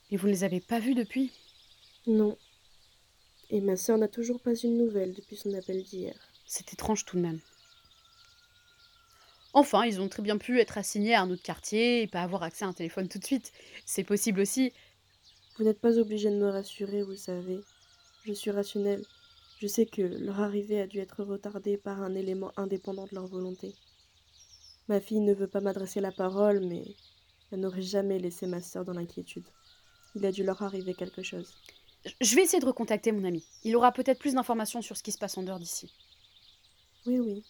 Et vous ne les avez pas vus depuis? Non. Et ma sœur n'a toujours pas eu de nouvelles depuis son appel d'hier. C'est étrange tout de même. Enfin, ils ont très bien pu être assignés à un autre quartier et pas avoir accès à un téléphone tout de suite. C'est possible aussi. Vous n'êtes pas obligé de me rassurer, vous savez. Je suis rationnelle. Je sais que leur arrivée a dû être retardée par un élément indépendant de leur volonté. Ma fille ne veut pas m'adresser la parole, mais elle n'aurait jamais laissé ma sœur dans l'inquiétude. Il a dû leur arriver quelque chose. Je vais essayer de recontacter mon ami. Il aura peut-être plus d'informations sur ce qui se passe en dehors d'ici. Oui, oui.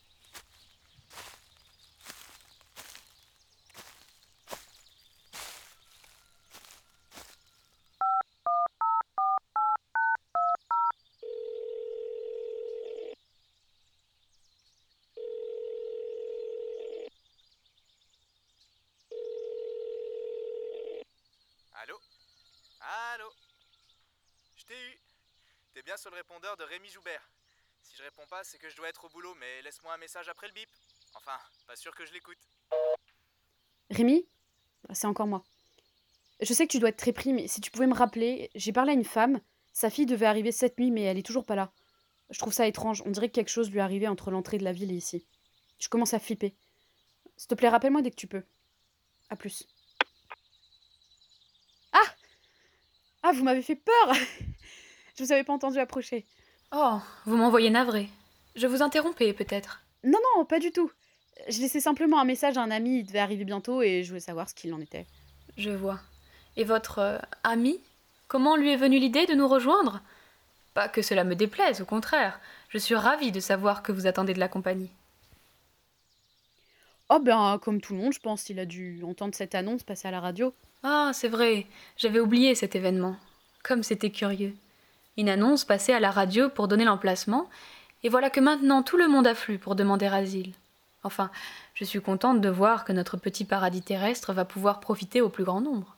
Allô? Allô? Je t'ai eu. T'es bien sur le répondeur de Rémi Joubert. Si je réponds pas, c'est que je dois être au boulot, mais laisse-moi un message après le bip. Enfin, pas sûr que je l'écoute. Rémi? C'est encore moi. Je sais que tu dois être très pris, mais si tu pouvais me rappeler, j'ai parlé à une femme. Sa fille devait arriver cette nuit, mais elle est toujours pas là. Je trouve ça étrange. On dirait que quelque chose lui est arrivé entre l'entrée de la ville et ici. Je commence à flipper. S'il te plaît, rappelle-moi dès que tu peux. À plus. Ah! Ah, vous m'avez fait peur! Je vous avais pas entendu approcher. Oh, vous m'envoyez navré. Je vous interrompais, peut-être. Non, non, pas du tout. Je laissais simplement un message à un ami, il devait arriver bientôt et je voulais savoir ce qu'il en était. Je vois. Et votre ami? Comment lui est venue l'idée de nous rejoindre? Pas que cela me déplaise, au contraire. Je suis ravie de savoir que vous attendez de la compagnie. Oh ben, comme tout le monde, je pense, il a dû entendre cette annonce passer à la radio. Ah, c'est vrai, j'avais oublié cet événement. Comme c'était curieux. Une annonce passée à la radio pour donner l'emplacement, et voilà que maintenant tout le monde afflue pour demander asile. Enfin, je suis contente de voir que notre petit paradis terrestre va pouvoir profiter au plus grand nombre.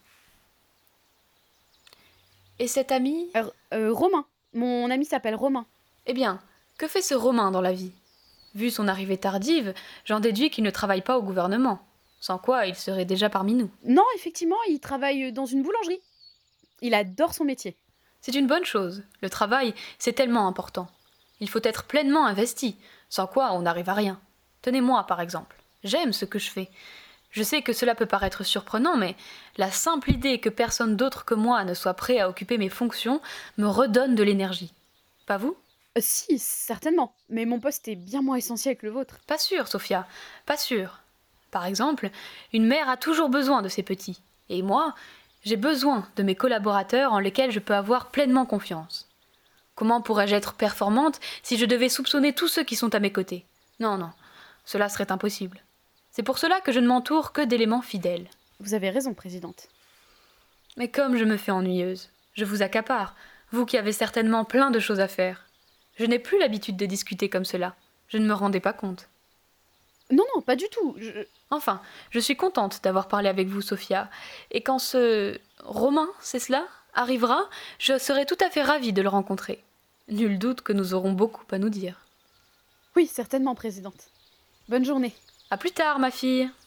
Et cet ami? Romain. Mon ami s'appelle Romain. Eh bien, que fait ce Romain dans la vie? Vu son arrivée tardive, j'en déduis qu'il ne travaille pas au gouvernement. Sans quoi, il serait déjà parmi nous. Non, effectivement, il travaille dans une boulangerie. Il adore son métier. C'est une bonne chose. Le travail, c'est tellement important. Il faut être pleinement investi, sans quoi on n'arrive à rien. Tenez-moi, par exemple. J'aime ce que je fais. Je sais que cela peut paraître surprenant, mais la simple idée que personne d'autre que moi ne soit prêt à occuper mes fonctions me redonne de l'énergie. Pas vous? Si, certainement. Mais mon poste est bien moins essentiel que le vôtre. Pas sûr, Sophia, pas sûr. Par exemple, une mère a toujours besoin de ses petits. Et moi, j'ai besoin de mes collaborateurs en lesquels je peux avoir pleinement confiance. Comment pourrais-je être performante si je devais soupçonner tous ceux qui sont à mes côtés? Non, non, cela serait impossible. C'est pour cela que je ne m'entoure que d'éléments fidèles. Vous avez raison, présidente. Mais comme je me fais ennuyeuse, je vous accapare, vous qui avez certainement plein de choses à faire. Je n'ai plus l'habitude de discuter comme cela. Je ne me rendais pas compte. Non, non, pas du tout. Enfin, je suis contente d'avoir parlé avec vous, Sophia. Et quand ce Romain, c'est cela, arrivera, je serai tout à fait ravie de le rencontrer. Nul doute que nous aurons beaucoup à nous dire. Oui, certainement, présidente. Bonne journée. À plus tard, ma fille.